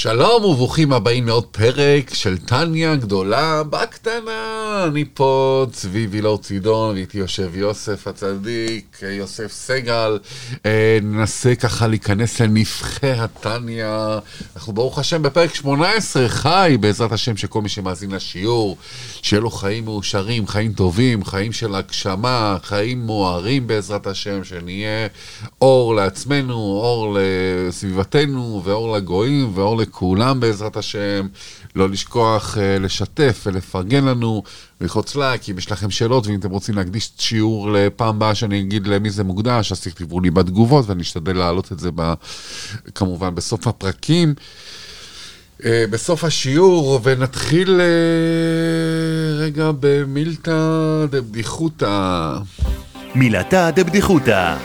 שלום וברוכים הבאים לעוד פרק של טניה גדולה בקטנה. אני פה צבי וילור צידון, ואיתי יושב יוסף הצדיק, יוסף סגל. ננסה ככה להיכנס לנבחי הטניה. אנחנו ברוך השם בפרק 18 חי, בעזרת השם שכל מי שמאזין לשיעור, שיהיה לו חיים מאושרים, חיים טובים, חיים של הגשמה, חיים מוארים בעזרת השם, שנהיה אור לעצמנו, אור לסביבתנו ואור לגויים ואור לכולם בעזרת השם. לא לשכוח לשתף ולפרגן לנו ולחוץ לייק אם יש לכם שאלות, ואם אתם רוצים להקדיש שיעור לפעם הבאה שאני אגיד למי זה מוקדש, אז תכתבו לי בתגובות ואני אשתדל להעלות את זה כמובן בסוף הפרקים, בסוף השיעור. ונתחיל רגע במילתא דבדיחותא. מילתא דבדיחותא.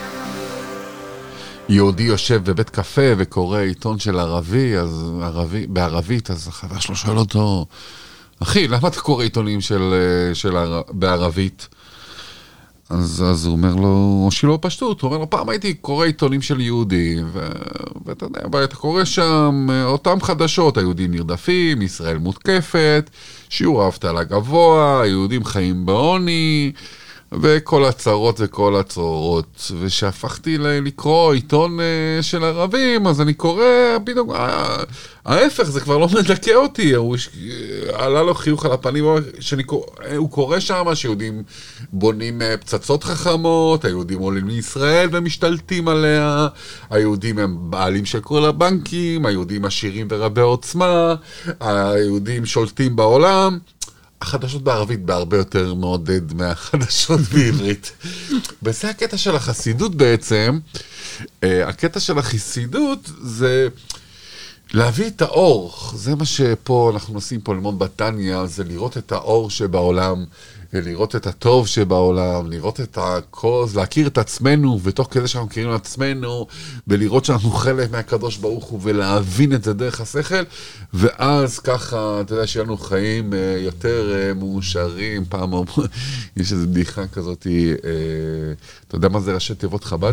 יהודי יושב בבית קפה וקורא עיתון של ערבי, בערבית, אז החבר שלו שואל אותו, אחי, למה אתה קורא עיתונים בערבית? אז הוא אומר לו, או שלא פשטות, הוא אומר לו, פעם הייתי קורא עיתונים של יהודים, ואתה יודע, אתה קורא שם אותם חדשות, היהודים נרדפים, ישראל מותקפת, שיעור האבטלה גבוה, היהודים חיים בעוני, וכל הצרות וכל הצרורות. ושהפכתי לקרוא עיתון של ערבים, אז אני קורא בדיוק, ההפך, זה כבר לא מדכא אותי. הוא עלה לו חיוך על הפנים, הוא קורא שם שיהודים בונים פצצות חכמות, היהודים עולים לישראל ומשתלטים עליה, היהודים הם בעלים של כל הבנקים, היהודים עשירים ורבי עוצמה, היהודים שולטים בעולם. החדשות בערבית בהרבה יותר מעודד מהחדשות בעברית. וזה הקטע של החסידות בעצם. הקטע של החסידות זה להביא את האור. זה מה שפה אנחנו נוסעים פה ללמוד בטניה, זה לראות את האור שבעולם, לראות את הטוב שבעולם, לראות את הקוז, להכיר את עצמנו, ותוך כדי שאנחנו מכירים את עצמנו, ולראות שאנחנו חלק מהקדוש ברוך הוא, ולהבין את זה דרך השכל, ואז ככה, אתה יודע, שיהיה לנו חיים יותר מאושרים. פעם יש איזו בדיחה כזאת, אתה יודע מה זה ראשי תיבות חב"ד?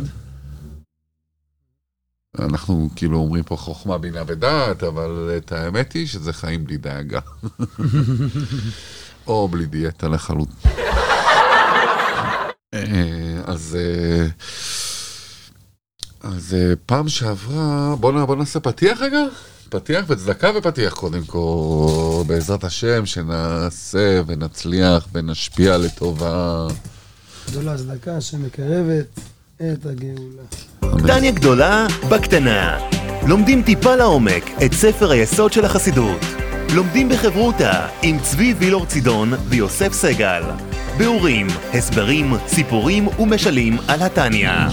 אנחנו כאילו אומרים פה חוכמה, בינה ודעת, אבל את האמת היא שזה חיים בלי דאגה. או בלי דיאטה לחלוט. אז פעם שעברה, בוא נעשה פתיח רגע? פתיח וצדקה ופתיח קודם כל, בעזרת השם שנעשה ונצליח ונשפיע לטובה. גדולה צדקה שמקרבת את הגאולה. טניה גדולה בקטנה. לומדים טיפה לעומק את ספר היסוד של החסידות. לומדים בחברותא עם צבי וילור צידון ויוסף סגל. ביאורים, הסברים, סיפורים ומשלים על הטניה.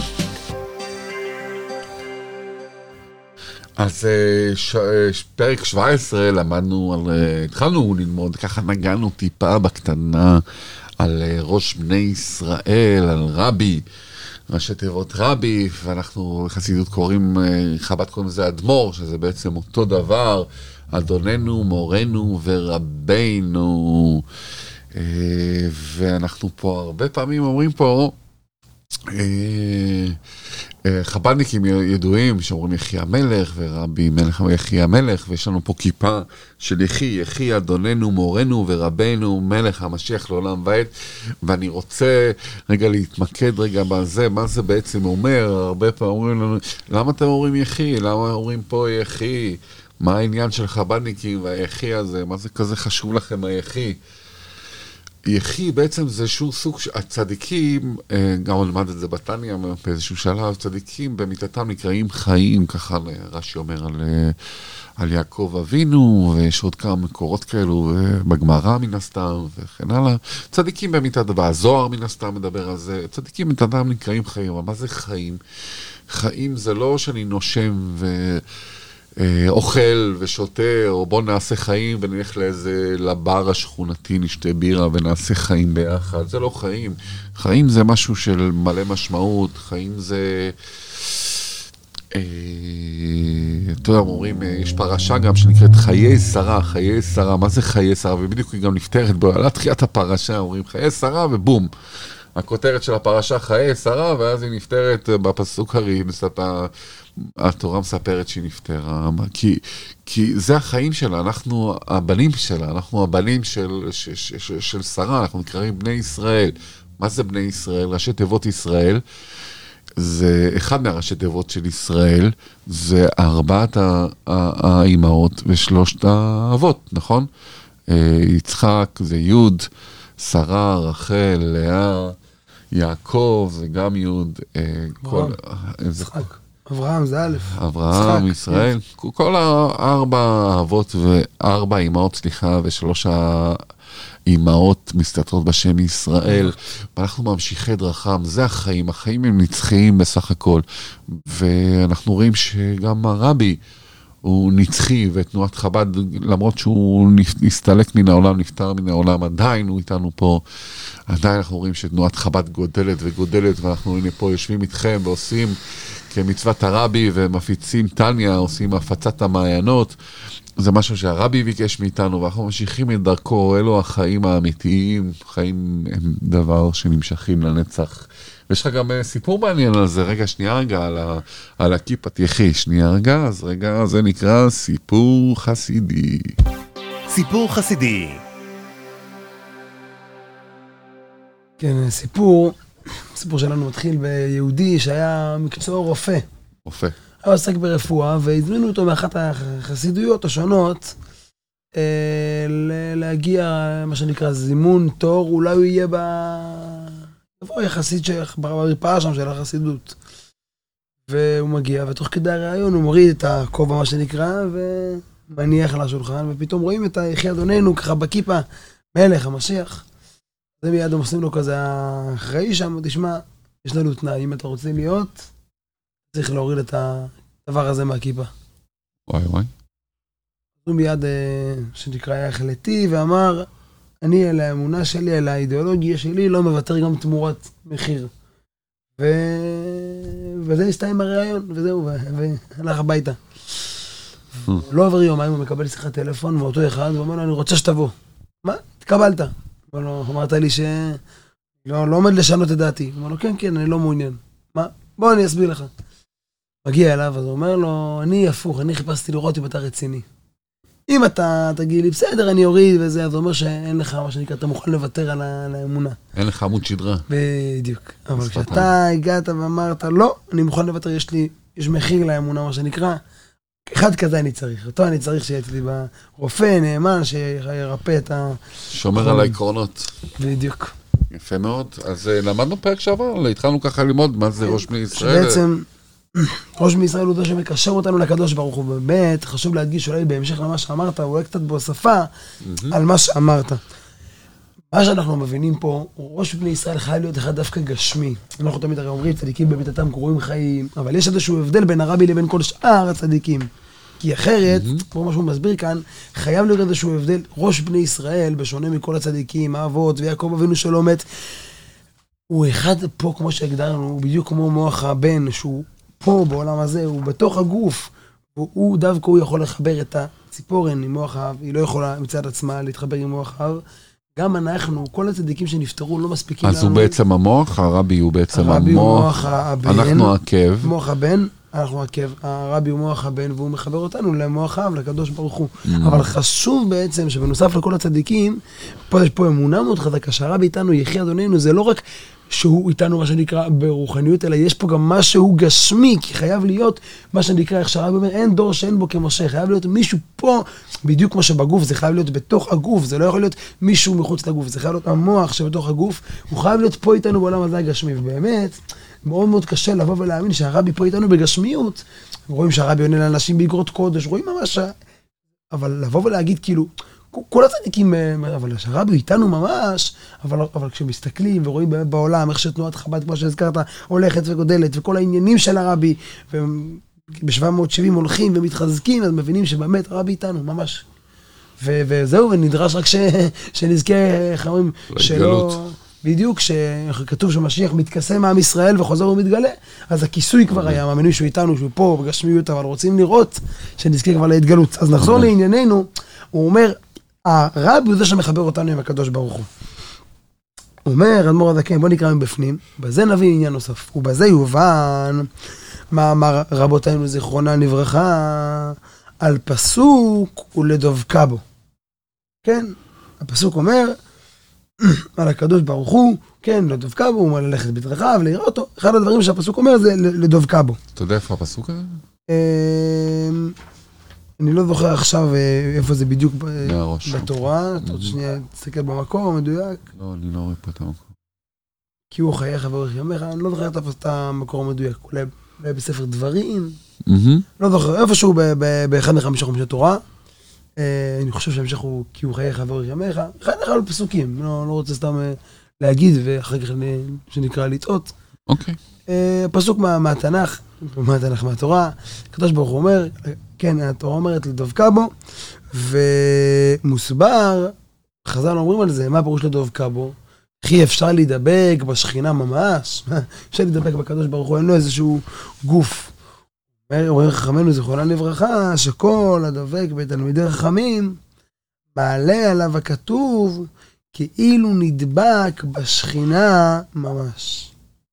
אז פרק 17 התחלנו ללמוד, ככה נגענו טיפה בקטנה על ראש בני ישראל, על רבי, ראשי תיבות רבי, ואנחנו חסידות קוראים, חב"ד קוראים לזה אדמו"ר, שזה בעצם אותו דבר, אדוננו, מורנו ורבינו. ואנחנו פה הרבה פעמים אומרים פה, חב"דניקים ידועים שאומרים יחי המלך ורבי מלך יחי המלך, ויש לנו פה כיפה של יחי אדוננו, מורנו ורבינו, מלך המשיח לעולם ועד. ואני רוצה רגע להתמקד רגע בזה, מה זה בעצם אומר. הרבה פעמים אומרים לנו, למה אתם אומרים יחי? למה אומרים פה יחי? מה העניין של חב"דניקים והיחי הזה? מה זה כזה חשוב לכם היחי? יחי בעצם זה שהוא סוג הצדיקים, גם למד את זה בטניה באיזשהו שלב, צדיקים במיתתם נקראים חיים, ככה רש"י אומר על יעקב אבינו, ויש עוד כמה מקורות כאלו בגמרא מן הסתם וכן הלאה. צדיקים במיתת, והזוהר מן הסתם מדבר על זה, צדיקים במיתתם נקראים חיים. אבל מה זה חיים? חיים זה לא שאני נושם אוכל ושותה, או בוא נעשה חיים ונלך לבר השכונתי, נשתה בירה ונעשה חיים ביחד. זה לא חיים. חיים זה משהו של מלא משמעות. חיים זה, אתה יודע, אומרים, יש פרשה גם שנקראת חיי שרה. חיי שרה, מה זה חיי שרה? ובדיוק היא גם נפטרת בו, על תחילת הפרשה אומרים חיי שרה ובום. הכותרת של הפרשה חיי שרה, ואז היא נפטרת בפסוק הרי, התורה מספרת שהיא נפטרה, כי זה החיים שלה, אנחנו הבנים שלה, אנחנו הבנים של שרה, אנחנו נקראים בני ישראל. מה זה בני ישראל? ראשי תיבות ישראל, זה אחד מהראשי תיבות של ישראל, זה 4 האימהות ושלושת האבות, נכון? יצחק זה יוד, שרה, רחל, לאה, יעקב זה גם יוד, אברהם זה א', אברהם, ישראל, כל 4 האבות ו4 אימהות, סליחה, ו3 האימהות מסתתרות בשם ישראל, ואנחנו ממשיכי דרכם, זה החיים, החיים הם נצחיים בסך הכל, ואנחנו רואים שגם הרבי הוא נצחי, ותנועת חב"ד, למרות שהוא נסתלק מן העולם, נפטר מן העולם, עדיין הוא איתנו פה, עדיין אנחנו רואים שתנועת חב"ד גודלת וגודלת, ואנחנו הנה פה יושבים איתכם ועושים כמצוות הרבי, ומפיצים טניה, עושים הפצת המעיינות, זה משהו שהרבי ביקש מאיתנו, ואנחנו ממשיכים את דרכו, אלו החיים האמיתיים, חיים הם דבר שנמשכים לנצח. ויש לך גם סיפור מעניין על זה, רגע, שנייה רגע, על הכיפת יחי, שנייה רגע, אז רגע, זה נקרא סיפור חסידי. סיפור חסידי. כן, סיפור שלנו מתחיל ביהודי שהיה מקצוע רופא. רופא. היה עוסק ברפואה, והזמינו אותו מאחת החסידויות השונות, להגיע, מה שנקרא, זימון תור, אולי הוא יהיה יחסית ברפאה שם של החסידות. והוא מגיע, ותוך כדי הרעיון הוא מוריד את הכובע, מה שנקרא, ומניח על השולחן, ופתאום רואים את יחי אדוננו ככה בכיפה, מלך, המשיח. זה מיד הם עושים לו כזה אחראי שם, תשמע, יש לנו תנאי, אם אתה רוצה להיות, צריך להוריד את הדבר הזה מהכיפה. וואי וואי. הוא מיד, שנקרא, היה החלטי, ואמר, אני על האמונה שלי, על האידיאולוגיה שלי, לא מוותר גם תמורת מחיר. וזה הסתיים הרעיון, וזהו, והלך הביתה. לא עבר יומיים, הוא מקבל שיחת טלפון, ואותו אחד, ואומר לו, אני רוצה שתבוא. מה? התקבלת. אמרת לי לא עומד לשנות את דעתי. הוא אומר לו, כן, אני לא מעוניין. מה? בוא, אני אסביר לך. מגיע אליו, אז הוא אומר לו, אני הפוך, אני חיפשתי לראות אם אתה רציני. אם אתה תגיד לי, בסדר, אני אוריד וזה, אז הוא אומר שאין לך, מה שנקרא, אתה מוכן לוותר על האמונה. אין לך עמוד שדרה. בדיוק. אבל כשאתה הגעת ואמרת, לא, אני מוכן לוותר, יש מחיר לאמונה, מה שנקרא, אחד כזה אני צריך. אותו אני צריך שיהיה אצלי ברופא, נאמן, שירפא את שומר על העקרונות. בדיוק. יפה מאוד. אז למדנו פרק שעבר, התחלנו ככה ללמוד מה זה ראש בני ישראל. שבעצם, ראש בני ישראל הוא זה שמקשר אותנו לקדוש ברוך הוא. באמת, חשוב להדגיש אולי בהמשך למה שאמרת, אולי קצת בהוספה על מה שאמרת. מה שאנחנו מבינים פה, ראש בני ישראל חייב להיות אחד דווקא גשמי. אנחנו תמיד הרי אומרים, צדיקים במיתתם קרויים חיים, אבל יש איזשהו הבדל בין הרבי לבין כל שאר הצדיקים. כי אחרת, כמו מה שהוא מסביר כאן, חייב להיות איזשהו הבדל. ראש בני ישראל, בשונה מכל הצדיקים, האבות ויעקב אבינו שלא מת, הוא אחד פה, כמו שהגדרנו, הוא בדיוק כמו מוח הבן, שהוא פה בעולם הזה, הוא בתוך הגוף. הוא דווקא הוא יכול לחבר את הציפורן עם מוח האב, היא לא יכולה מצד עצמה להתחבר עם מוח האב. גם אנחנו, כל הצדיקים שנפטרו לא מספיקים לנו. אז הוא בעצם המוח, הרבי הוא בעצם המוח, אנחנו העקב. מוח הבן, אנחנו העקב, הרבי הוא מוח הבן, והוא מחבר אותנו למוח האב, לקדוש ברוך הוא. אבל חשוב בעצם שבנוסף לכל הצדיקים, פה יש פה אמונה מאוד חזקה, שהרבי איתנו, יחי אדוננו, זה לא רק שהוא איתנו מה שנקרא ברוחניות, אלא יש פה גם משהו גשמי, כי חייב להיות מה שנקרא, איך שהרבי אומר, אין דור שאין בו כמשה, חייב להיות מישהו פה, בדיוק כמו שבגוף, זה חייב להיות בתוך הגוף, זה לא יכול להיות מישהו מחוץ לגוף, זה חייב להיות המוח שבתוך הגוף, הוא חייב להיות פה איתנו בעולם הזה הגשמי, ובאמת, מאוד מאוד קשה לבוא ולהאמין שהרבי פה איתנו בגשמיות, רואים שהרבי עונה לאנשים באגרות קודש, רואים ממש, אבל לבוא ולהגיד כאילו, כל הצדיקים, אבל שהרבי איתנו ממש, אבל כשמסתכלים ורואים בעולם, איך שתנועת חב"ד, כמו שהזכרת, הולכת וגודלת, וכל העניינים של הרבי, ב-770 הולכים ומתחזקים, אז מבינים שבאמת הרבי איתנו, ממש. וזהו, ונדרש רק שנזכה, איך אומרים, שלא... בדיוק, שכתוב שמשיח מתכסה מעם ישראל וחוזר ומתגלה, אז הכיסוי כבר היה, מאמינים שהוא איתנו, שהוא פה בגשמיות, אבל רוצים לראות שנזכה כבר להתגלות. אז נחזור לענייננו, הוא אומר, הרבי הוא זה שמחבר אותנו עם הקדוש ברוך הוא. אומר אדמו"ר הזקן, בוא נקרא מבפנים, בזה נביא עניין נוסף, ובזה יובן מה אמר רבותינו זיכרונם לברכה על פסוק ולדבקה בו. כן, הפסוק אומר על הקדוש ברוך הוא, כן, לדבקה בו, הוא אומר ללכת בדרכיו, להיראות אותו. אחד הדברים שהפסוק אומר זה לדבקה בו. אתה יודע איפה הפסוק הזה? אני לא זוכר עכשיו איפה זה בדיוק בתורה, עוד Mm-hmm. שנייה תסתכל במקום המדויק. לא, אני לא רואה פה את המקום. כי הוא חייך ואורך ימיך, אני לא זוכר את המקור המדויק, אולי בספר דברים, לא זוכר, איפשהו באחד מחמישה חומשי תורה, אני חושב שהמשך הוא כי הוא חייך ואורך ימיך, אחד בפסוקים, לא רוצה סתם להגיד ואחר כך שנקרא לטעות. אוקיי. פסוק מהתנ"ך, מהתורה, הקדוש ברוך הוא אומר, כן, התורה אומרת לדבקה בו, ומוסבר, חז"ל אומרים על זה, מה פירוש לדבקה בו? כי אפשר להידבק בשכינה ממש, אפשר להידבק בקדוש ברוך הוא, אין לו איזשהו גוף. אומר חכמינו זיכרונם לברכה, שכל הדבק בתלמידי חכמים, מעלה עליו הכתוב, כאילו נדבק בשכינה ממש.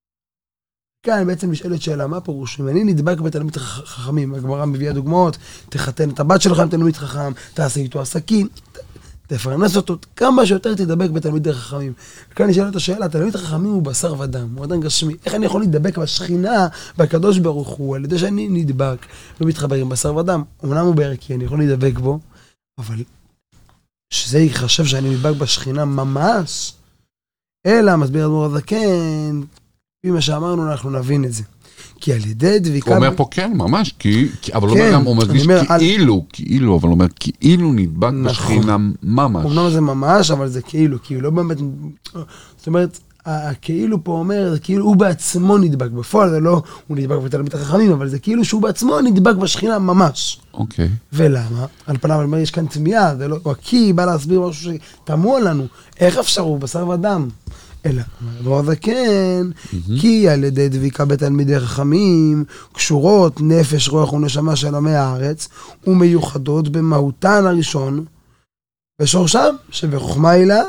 כאן בעצם נשאלת שאלה, מה פירוש? אם אני נדבק בתלמיד חכמים, הגמרא מביאה דוגמאות, תחתן את הבת שלך עם תלמיד חכם, תעשה איתו עסקים, תפרנס אותו, כמה שיותר תדבק בתלמידי חכמים. וכאן נשאלת השאלה, תלמיד חכמים הוא בשר ודם, הוא אדם גשמי. איך אני יכול להידבק בשכינה, בקדוש ברוך הוא, על ידי שאני נדבק ומתחבר עם בשר ודם? אמנם הוא בערכי, אני יכול להידבק בו, אבל שזה יחשב שאני נדבק בשכינה ממש, אלא מסביר אדמו"ר הזקן, לפי מה שאמרנו, אנחנו נבין את זה. כי על ידי דביקה... הוא אומר פה כן, ממש, אבל הוא מדגיש כאילו, אבל הוא אומר כאילו נדבק בשכינה ממש. אומנם זה ממש, אבל זה כאילו לא באמת... זאת אומרת, הכאילו פה אומר, כאילו הוא בעצמו נדבק, בפועל זה לא, הוא נדבק בתלמיד החכמים, אבל זה כאילו שהוא בעצמו נדבק בשכינה ממש. אוקיי. ולמה? על פניו, אומר, יש כאן תמיהה, זה לא... כי בא להסביר משהו שתמוה לנו, איך אפשר הוא בשר ודם? אלא, אמר זה כן, כי על ידי דביקה בתלמידי חכמים, קשורות נפש, רוח ונשמה של עמי הארץ, ומיוחדות במהותן הראשון, ושורשם שבחוכמה הילה.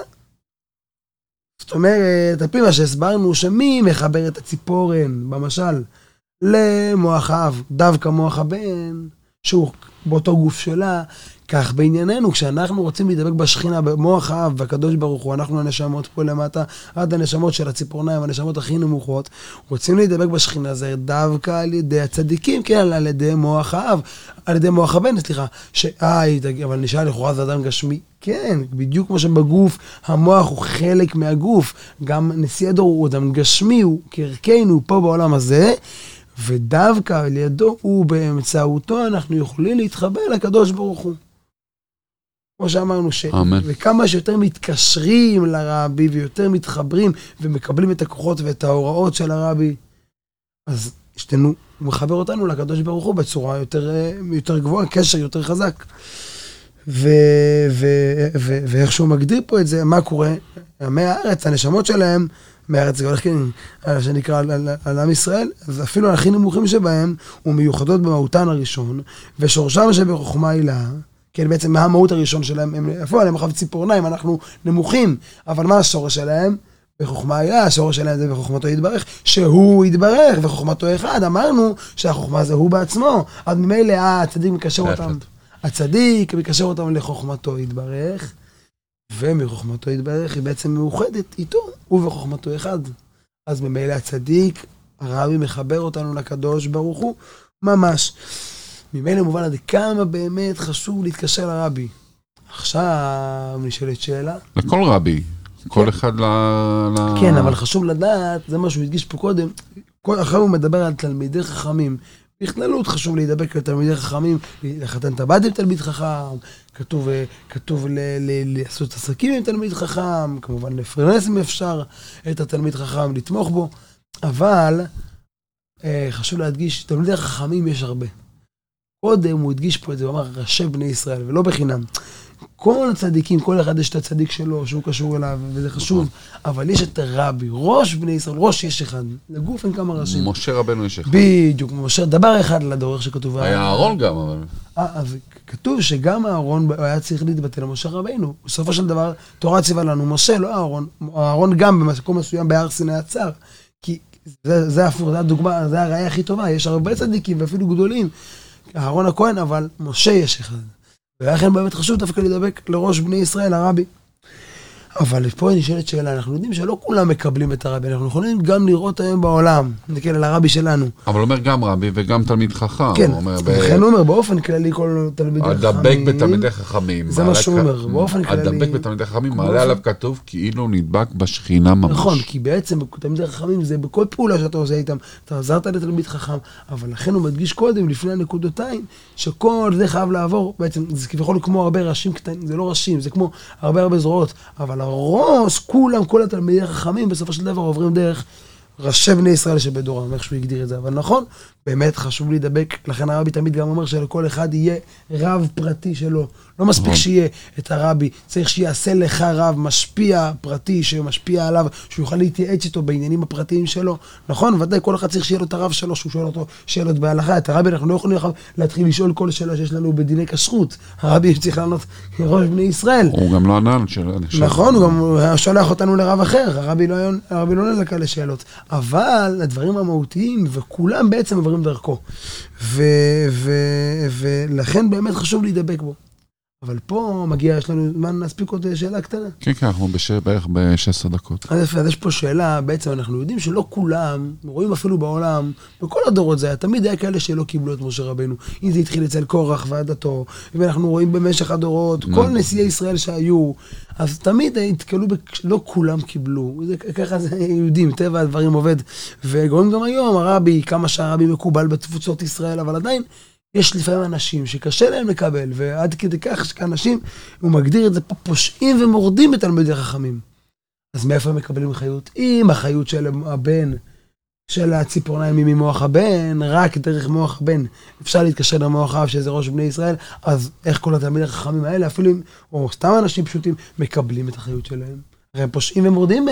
זאת אומרת, על פי מה שהסברנו, שמי מחבר את הציפורן, במשל, למוח האב, דווקא מוח הבן, שהוא באותו גוף שלה, כך בענייננו, כשאנחנו רוצים להידבק בשכינה, במוח האב, והקדוש ברוך הוא, אנחנו הנשמות פה למטה, עד הנשמות של הציפורניים, הנשמות הכי נמוכות, רוצים להידבק בשכינה, זה דווקא על ידי הצדיקים, כן, על ידי מוח האב, על ידי מוח הבן, סליחה, אבל נשאל לכאורה זה אדם גשמי, כן, בדיוק כמו שבגוף, המוח הוא חלק מהגוף, גם נשיא הדור הוא אדם גשמי, הוא כערכנו פה בעולם הזה, ודווקא על ידו ובאמצעותו אנחנו יכולים להתחבר לקדוש ברוך הוא. כמו שאמרנו, וכמה שיותר מתקשרים לרבי ויותר מתחברים ומקבלים את הכוחות ואת ההוראות של הרבי, אז הוא מחבר אותנו לקדוש ברוך הוא בצורה יותר גבוהה, קשר יותר חזק. ואיך שהוא מגדיר פה את זה, מה קורה? עמי הארץ, הנשמות שלהם, מהארץ זה הולך שנקרא על עם ישראל, אז אפילו הכי נמוכים שבהם, ומיוחדות במהותן הראשון, ושורשם שבחוכמה הילה, כן, בעצם מה המהות הראשון שלהם, איפה עליהם אחב ציפורניים, אנחנו נמוכים, אבל מה השורש שלהם? בחוכמה הילה, השורש שלהם זה בחוכמתו יתברך, שהוא יתברך, וחוכמתו אחד, אמרנו שהחוכמה זה הוא בעצמו, אז ממילא הצדיק מקשר אותם, הצדיק מקשר אותם לחוכמתו יתברך, ומחוכמתו יתברך היא בעצם מאוחדת איתו, ובחוכמתו אחד. אז ממילא הצדיק, הרבי מחבר אותנו לקדוש ברוך הוא, ממש. ממילא מובן עד כמה באמת חשוב להתקשר לרבי. עכשיו נשאלת שאלה. לכל רבי, כל אחד כן, אבל חשוב לדעת, זה מה שהוא הדגיש פה קודם, אחרי הוא מדבר על תלמידי חכמים, בכללות חשוב להידבק לתלמידי חכמים, לחתן את הבת עם תלמיד חכם, כתוב לעשות עסקים עם תלמיד חכם, כמובן לפרנס אם אפשר את התלמיד חכם, לתמוך בו, אבל חשוב להדגיש, תלמידי חכמים יש הרבה. קודם הוא הדגיש פה את זה, הוא אמר ראשי בני ישראל, ולא בחינם. כל הצדיקים, כל אחד יש את הצדיק שלו, שהוא קשור אליו, וזה חשוב, אבל יש את הרבי, ראש בני ישראל, ראש יש אחד, לגוף אין כמה ראשים. משה רבנו יש אחד. בדיוק, משה, דבר אחד לדור, איך שכתוב. היה אהרון גם, אבל... אז כתוב שגם אהרון היה צריך להתבטא למשה רבינו. בסופו של דבר, תורה ציווה לנו, משה, לא אהרון. אהרון גם במקום מסוים בהר סיני עצר. כי זה הפוך, זה הדוגמה, זה הראיה הכי טובה. יש הרבה צדיקים ואפילו גדולים. אהרון הכהן, אבל משה יש אחד. ולכן באמת חשוב דווקא לדבק לראש בני ישראל, הרבי. אבל פה נשאלת שאלה, אנחנו יודעים שלא כולם מקבלים את הרבי, אנחנו יכולים גם לראות היום בעולם, נקל על הרבי שלנו. אבל אומר גם רבי וגם תלמיד חכם. כן, לכן הוא אומר, באופן כללי כל תלמידי חכמים. הדבק בתלמידי חכמים. זה מה שהוא אומר, באופן כללי. הדבק בתלמידי חכמים, מעלה עליו כתוב כאילו נדבק בשכינה ממש. נכון, כי בעצם תלמידי חכמים זה בכל פעולה שאתה עושה איתם, אתה עזרת לתלמיד חכם, אבל לכן הוא מדגיש קודם, לפני הנקודותיים, שכל זה חייב לעבור, בעצם זה כביכול כמו הרבה ראשים קטנים, זה לא ראשים, זה כמו הרבה זרועות, אבל הראש, כולם, כל התלמידי החכמים, בסופו של דבר עוברים דרך ראשי בני ישראל שבדורם, איך שהוא יגדיר את זה, אבל נכון, באמת חשוב להידבק, לכן הרבי תמיד גם אומר שלכל אחד יהיה רב פרטי שלו, לא מספיק שיהיה את הרבי, צריך שיעשה לך רב משפיע פרטי, שמשפיע עליו, שהוא יוכל להתייעץ איתו בעניינים הפרטיים שלו, נכון, ודאי כל אחד צריך שיהיה לו את הרב שלו, שהוא שואל אותו שאלות בהלכה, את הרבי אנחנו לא יכולים להתחיל לשאול כל שאלה שיש לנו בדיני כשרות, הרבי צריך לענות ראש בני ישראל. הוא גם לא ענן שאלה. נכון, הוא גם שולח אותנו לרב אחר, הרבי לא נלקה לשאלות, אבל הדברים המהותיים וכולם בעצם עוברים דרכו, ולכן באמת חשוב להידבק בו. אבל פה מגיע, יש לנו זמן להספיק עוד שאלה קטנה. כן, כן, אנחנו בערך ב-16 דקות. אז יש פה שאלה, בעצם אנחנו יודעים שלא כולם, רואים אפילו בעולם, בכל הדורות זה היה, תמיד היה כאלה שלא קיבלו את משה רבנו. אם זה התחיל אצל קורח ועדתו, ואנחנו רואים במשך הדורות, כל נשיאי ישראל שהיו, אז תמיד התקלו, לא כולם קיבלו. ככה זה יהודים, טבע הדברים עובד. ורואים גם היום, הרבי, כמה שהרבי מקובל בתפוצות ישראל, אבל עדיין, יש לפעמים אנשים שקשה להם לקבל, ועד כדי כך שאנשים, הוא מגדיר את זה פה, פושעים ומורדים את תלמידי חכמים. אז מאיפה הם מקבלים חיות? אם החיות של הבן, של הציפורניים היא ממוח הבן, רק דרך מוח הבן, אפשר להתקשר למוח האב שזה ראש בני ישראל, אז איך כל התלמידי החכמים האלה, אפילו אם, או סתם אנשים פשוטים, מקבלים את החיות שלהם. הרי הם פושעים ומורדים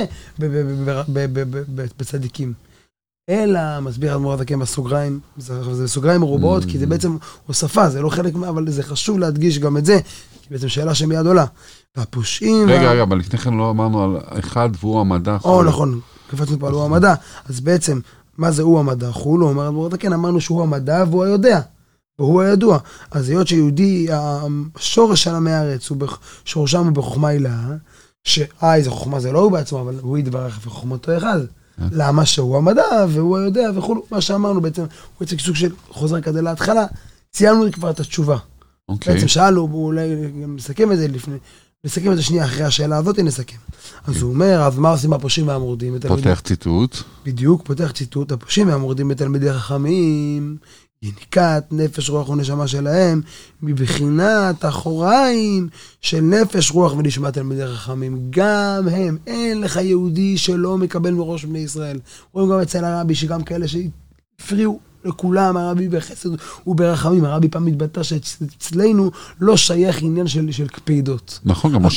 בצדיקים. אלא, מסביר אדמו"ר הזקן בסוגריים, זה סוגריים מרובעות, כי זה בעצם הוספה, זה לא חלק אבל זה חשוב להדגיש גם את זה, כי בעצם שאלה שמיד עולה. והפושעים... רגע, אבל לפני כן לא אמרנו על אחד והוא המדע. נכון, קפצנו פה על הוא המדע, אז בעצם, מה זה הוא המדע? חולו, אומר אדמו"ר הזקן, אמרנו שהוא המדע והוא היודע, והוא הידוע. אז היות שיהודי, השורש של עמי הארץ, שורשם הוא בחוכמה הילה, איזה חוכמה זה לא הוא בעצמו, אבל הוא יתברך וחוכמתו אחד. למה שהוא המדע והוא היודע וכולו, מה שאמרנו בעצם, הוא בעצם סוג של חוזר כזה להתחלה, ציינו כבר את התשובה. בעצם שאלנו, אולי נסכם את זה לפני, נסכם את זה שנייה אחרי השאלה הזאת, נסכם. אז הוא אומר, אז מה עושים הפושעים והמורדים? פותח ציטוט. בדיוק, פותח ציטוט, הפושעים והמורדים בתלמידי חכמים, יניקת נפש רוח ונשמה שלהם, מבחינת אחוריים של נפש רוח ונשמה תלמידי חכמים. גם הם, אין לך יהודי שלא מקבל מראש בני ישראל. רואים גם אצל הרבי, שגם כאלה שהפריעו לכולם, הרבי בחסד וברחמים. הרבי פעם מתבטא שאצלנו לא שייך עניין של קפידות. נכון, גם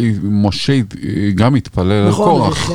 משה גם התפלל על קורח.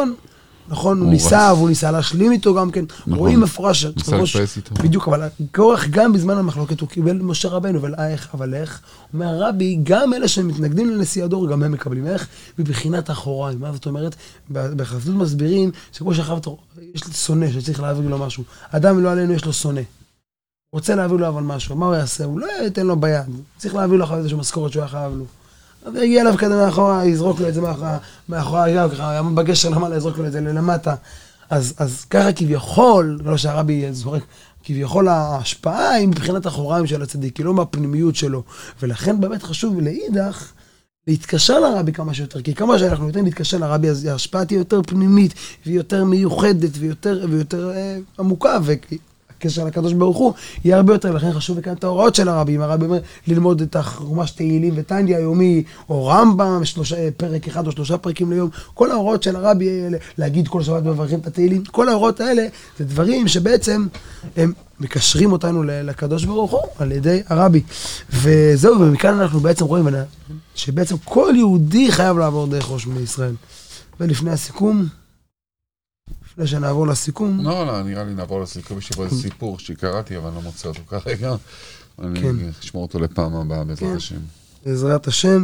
נכון, הוא ניסה להשלים איתו גם כן, רואים מפורש, בדיוק, אבל קורח גם בזמן המחלוקת הוא קיבל משה רבנו, אבל איך? אומר הרבי, גם אלה שמתנגדים לנשיא הדור, גם הם מקבלים, איך? מבחינת אחוריים, מה זאת אומרת? בחסידות מסבירים, שכמו שאחר יש לי שונא שצריך להעביר לו משהו, אדם לא עלינו יש לו שונא, רוצה להעביר לו אבל משהו, מה הוא יעשה? הוא לא ייתן לו ביד, צריך להעביר לו אחר איזושהי משכורת שהוא יחייב לו. ויגיע אליו כזה מאחורה, יזרוק לו את זה מאחורה, ככה, בגשר למעלה, יזרוק לו את זה ללמטה. אז ככה כביכול, לא שהרבי זורק, כביכול ההשפעה היא מבחינת אחוריים של הצדיק, היא לא מהפנימיות שלו. ולכן באמת חשוב לאידך, להתקשר לרבי כמה שיותר, כי כמה שאנחנו יותר נתקשר לרבי, אז ההשפעה תהיה יותר פנימית, והיא יותר מיוחדת, ויותר עמוקה, הקשר לקדוש ברוך הוא, יהיה הרבה יותר, לכן חשוב לקיים את ההוראות של הרבי. אם הרבי אומר ללמוד את החומש תהילים ותניא היומי, או רמב"ם, פרק 1 או 3 פרקים ליום, כל ההוראות של הרבי, להגיד כל שבת מברכים את התהילים, כל ההוראות האלה, זה דברים שבעצם הם מקשרים אותנו לקדוש ברוך הוא על ידי הרבי. וזהו, ומכאן אנחנו בעצם רואים שבעצם כל יהודי חייב לעבור דרך ראש בני ישראל. ולפני הסיכום, לפני שנעבור לסיכום... לא, נראה לי נעבור לסיכום, יש לי פה איזה סיפור שקראתי, אבל אני לא מוצא אותו כרגע. אני אשמור אותו לפעם הבאה, בעזרת השם. בעזרת השם,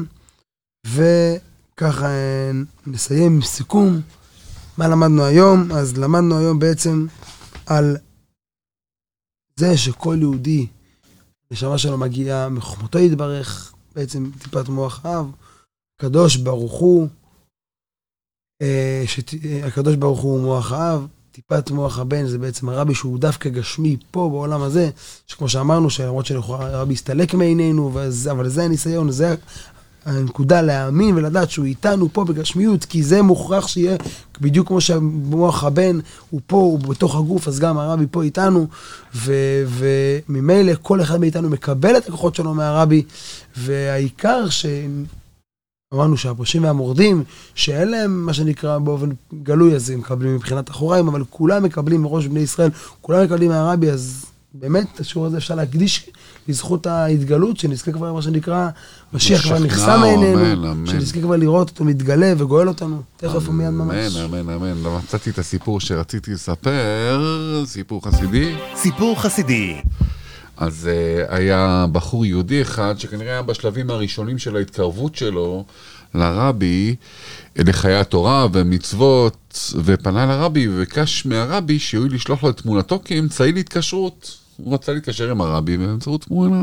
וככה נסיים עם סיכום. מה למדנו היום? אז למדנו היום בעצם על זה שכל יהודי, נשמה שלו מגיעה מחוכמתו יתברך, בעצם טיפת מוח אב, הקדוש ברוך הוא, הקדוש ברוך הוא מוח האב, טיפת מוח הבן זה בעצם הרבי שהוא דווקא גשמי פה בעולם הזה, שכמו שאמרנו שלמרות שהרבי הסתלק מעינינו, אבל זה הניסיון, זה הנקודה להאמין ולדעת שהוא איתנו פה בגשמיות, כי זה מוכרח שיהיה בדיוק כמו שמוח הבן הוא פה, הוא בתוך הגוף, אז גם הרבי פה איתנו, וממילא כל אחד מאיתנו מקבל את הכוחות שלו מהרבי, והעיקר אמרנו שהפושעים והמורדים, שאין להם מה שנקרא באופן גלוי, אז הם מקבלים מבחינת אחוריים, אבל כולם מקבלים מראש בני ישראל, כולם מקבלים מהרבי, אז באמת השיעור הזה אפשר להקדיש לזכות ההתגלות, שנזכה כבר מה שנקרא, משיח כבר נחסם מעינינו, שנזכה כבר לראות אותו מתגלה וגואל אותנו, תכף ומיד ממש. אמן, אמן. לא מצאתי את הסיפור שרציתי לספר, סיפור חסידי. סיפור חסידי. אז היה בחור יהודי אחד, שכנראה היה בשלבים הראשונים של ההתקרבות שלו לרבי, לחיי התורה ומצוות, ופנה לרבי וביקש מהרבי שיועיל לשלוח לו את תמונתו כאמצעי להתקשרות. הוא רצה להתקשר עם הרבי באמצעות תמונה.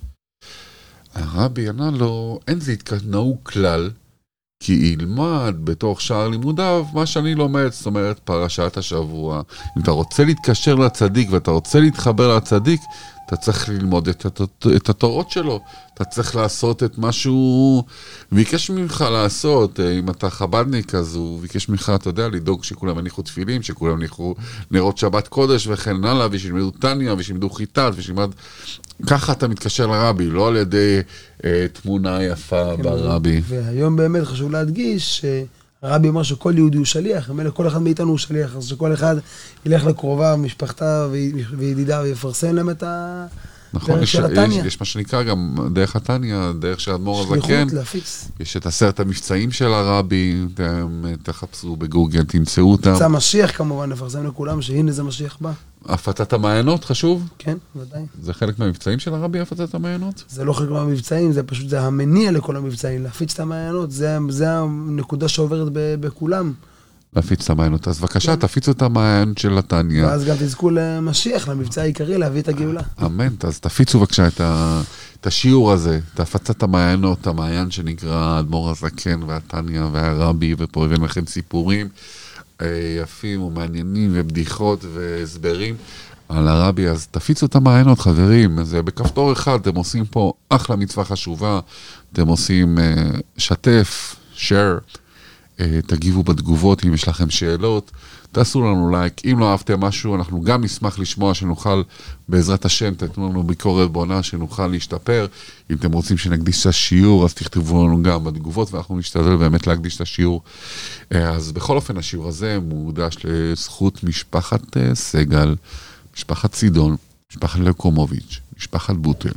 הרבי ענה לו, אין זה נהוג כלל, כי ילמד בתוך שער לימודיו מה שאני לומד, זאת אומרת פרשת השבוע. אם אתה רוצה להתקשר לצדיק ואתה רוצה להתחבר לצדיק, אתה צריך ללמוד את התורות שלו, אתה צריך לעשות את מה שהוא ביקש ממך לעשות. אם אתה חבדניק, אז הוא ביקש ממך, אתה יודע, לדאוג שכולם יניחו תפילים, שכולם יניחו נרות שבת קודש וכן הלאה, ושילמדו תניא, ושילמדו חיטת, ושילמד... ככה אתה מתקשר לרבי, לא על ידי תמונה יפה ברבי. והיום באמת חשוב להדגיש הרבי אומר שכל יהודי הוא שליח, כל אחד מאיתנו הוא שליח, אז שכל אחד ילך לקרובה, משפחתה וידידה, ויפרסם להם את הדרך של התניא. יש מה שנקרא גם דרך התניא, דרך של אדמו"ר הזקן. שליחות להפיץ. יש את 10 המבצעים של הרבי, אתם תחפשו בגוגל, תמצאו אותם. מבצע משיח כמובן, נפרסם לכולם שהנה זה משיח בא. הפצת המעיינות חשוב? כן, ודאי. זה חלק מהמבצעים של הרבי, הפצת המעיינות? זה לא חלק מהמבצעים, זה פשוט, זה המניע לכל המבצעים, להפיץ את המעיינות, זה הנקודה שעוברת בכולם. להפיץ את המעיינות, אז בבקשה, תפיצו את המעיין של התניא. ואז גם תזכו למשיח, למבצע העיקרי, להביא את הגאולה. אמן, אז תפיצו בבקשה את השיעור הזה, את הפצת המעיינות, המעיין שנקרא אדמו"ר הזקן והתניא והרבי, ופה הבאנו לכם סיפורים יפים ומעניינים ובדיחות והסברים על הרבי, אז תפיצו את המעיינות חברים, זה בכפתור אחד, אתם עושים פה אחלה מצווה חשובה, אתם עושים שתף, share, תגיבו בתגובות אם יש לכם שאלות, תעשו לנו לייק, אם לא אהבתם משהו אנחנו גם נשמח לשמוע שנוכל בעזרת השם, תתנו לנו ביקורת בונה שנוכל להשתפר, אם אתם רוצים שנקדיש את השיעור אז תכתבו לנו גם בתגובות ואנחנו נשתדל באמת להקדיש את השיעור. אז בכל אופן השיעור הזה מוקדש לזכות משפחת סגל, משפחת צידון, משפחת לקומוביץ', משפחת בוטל,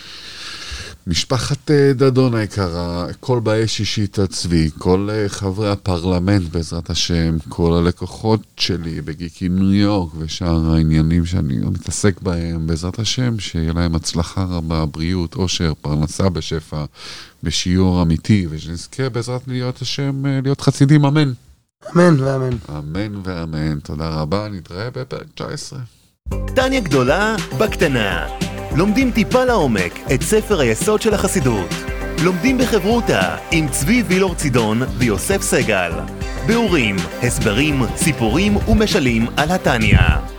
משפחת דדון היקרה, כל באי שישית הצבי, כל חברי הפרלמנט בעזרת השם, כל הלקוחות שלי בגיקי ניו יורק ושאר העניינים שאני מתעסק בהם בעזרת השם, שיהיה להם הצלחה רבה, בריאות, אושר, פרנסה בשפע, בשיעור אמיתי, ושנזכה בעזרת להיות השם, להיות חסידים, אמן. אמן ואמן. אמן ואמן, תודה רבה, נתראה בפרק 19. תניא גדולה בקטנה. לומדים טיפה לעומק את ספר היסוד של החסידות. לומדים בחברותה עם צבי וילור צידון ויוסף סגל. ביאורים, הסברים, סיפורים ומשלים על התניא.